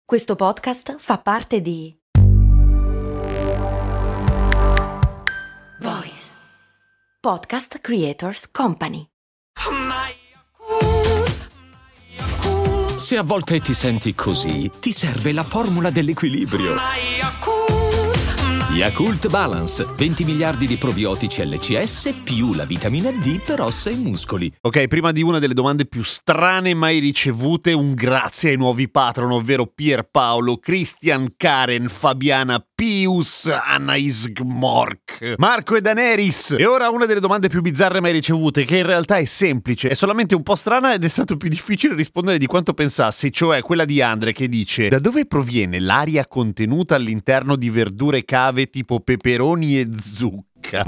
Questo podcast fa parte di Voice Podcast Creators Company. Se a volte ti senti così, ti serve la formula dell'equilibrio. Yakult Balance, 20 miliardi di probiotici LCS più la vitamina D per ossa e muscoli. Ok, prima di una delle domande più strane mai ricevute, un grazie ai nuovi patron, ovvero Pierpaolo, Christian, Karen, Fabiana, Pius, Anais Gmork, Marco e Daenerys. E ora una delle domande più bizzarre mai ricevute, che in realtà è semplice, è solamente un po' strana ed è stato più difficile rispondere di quanto pensassi, cioè quella di Andre che dice: da dove proviene l'aria contenuta all'interno di verdure cave tipo peperoni e zucca?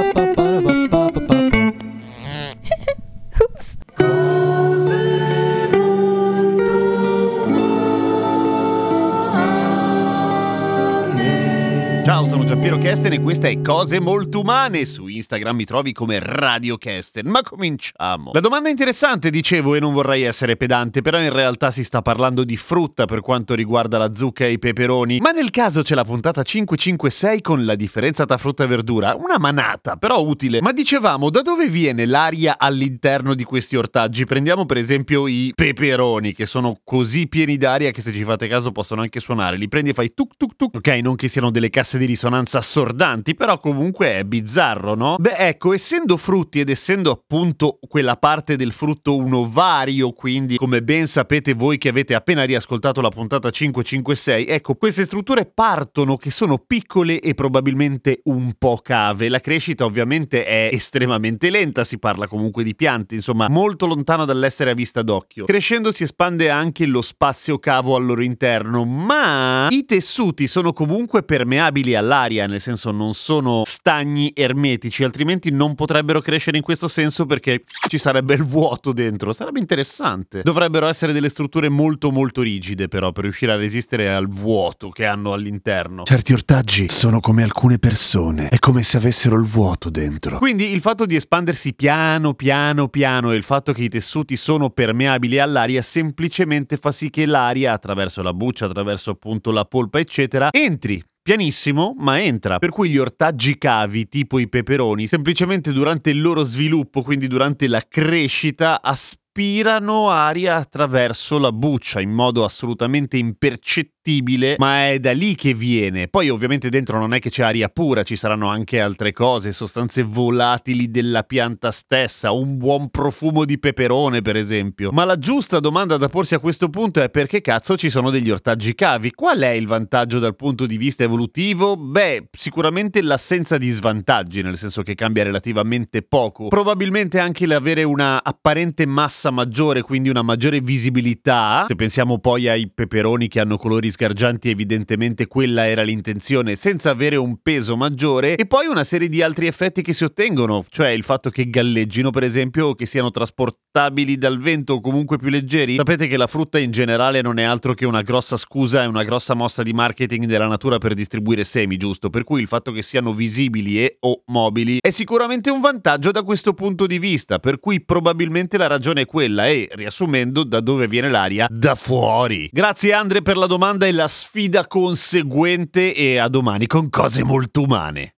Ciao, sono Giampiero Kesten e questa è Cose Molto Umane. Su Instagram mi trovi come Radio Kesten. Ma cominciamo. La domanda è interessante, dicevo, e non vorrei essere pedante, però in realtà si sta parlando di frutta per quanto riguarda la zucca e i peperoni. Ma nel caso c'è la puntata 556 con la differenza tra frutta e verdura. Una manata, però utile. Ma dicevamo, da dove viene l'aria all'interno di questi ortaggi? Prendiamo per esempio i peperoni, che sono così pieni d'aria che se ci fate caso possono anche suonare. Li prendi e fai tuk tuk tuk. Ok, non che siano delle casse di risonanza assordanti, però comunque è bizzarro, no? Beh, ecco, essendo frutti ed essendo appunto quella parte del frutto un ovario, quindi come ben sapete voi che avete appena riascoltato la puntata 556, ecco, queste strutture partono che sono piccole e probabilmente un po' cave. La crescita ovviamente è estremamente lenta, si parla comunque di piante, insomma, molto lontano dall'essere a vista d'occhio. Crescendo si espande anche lo spazio cavo al loro interno, ma i tessuti sono comunque permeabili all'aria, nel senso non sono stagni ermetici, altrimenti non potrebbero crescere in questo senso perché ci sarebbe il vuoto dentro. Sarebbe interessante. Dovrebbero essere delle strutture molto molto rigide però per riuscire a resistere al vuoto che hanno all'interno. Certi ortaggi sono come alcune persone, è come se avessero il vuoto dentro. Quindi il fatto di espandersi piano piano piano e il fatto che i tessuti sono permeabili all'aria semplicemente fa sì che l'aria, attraverso la buccia, attraverso appunto la polpa eccetera, entri pianissimo, ma entra. Per cui gli ortaggi cavi, tipo i peperoni, semplicemente durante il loro sviluppo, quindi durante la crescita, aspirano aria attraverso la buccia in modo assolutamente impercettibile, ma è da lì che viene. Poi ovviamente dentro non è che c'è aria pura, ci saranno anche altre cose, sostanze volatili della pianta stessa, un buon profumo di peperone per esempio. Ma la giusta domanda da porsi a questo punto è: perché cazzo ci sono degli ortaggi cavi? Qual è il vantaggio dal punto di vista evolutivo? Beh, sicuramente l'assenza di svantaggi, nel senso che cambia relativamente poco. Probabilmente anche l'avere una apparente massa maggiore, quindi una maggiore visibilità. Se pensiamo poi ai peperoni che hanno colori sgargianti, evidentemente quella era l'intenzione, senza avere un peso maggiore. E poi una serie di altri effetti che si ottengono, cioè il fatto che galleggino per esempio, o che siano trasportabili dal vento o comunque più leggeri. Sapete che la frutta in generale non è altro che una grossa scusa e una grossa mossa di marketing della natura per distribuire semi, giusto? Per cui il fatto che siano visibili e o mobili è sicuramente un vantaggio da questo punto di vista, per cui probabilmente la ragione è quella. E riassumendo, da dove viene l'aria? Da fuori. Grazie Andre per la domanda e la sfida conseguente, e a domani con Cose Molto Umane.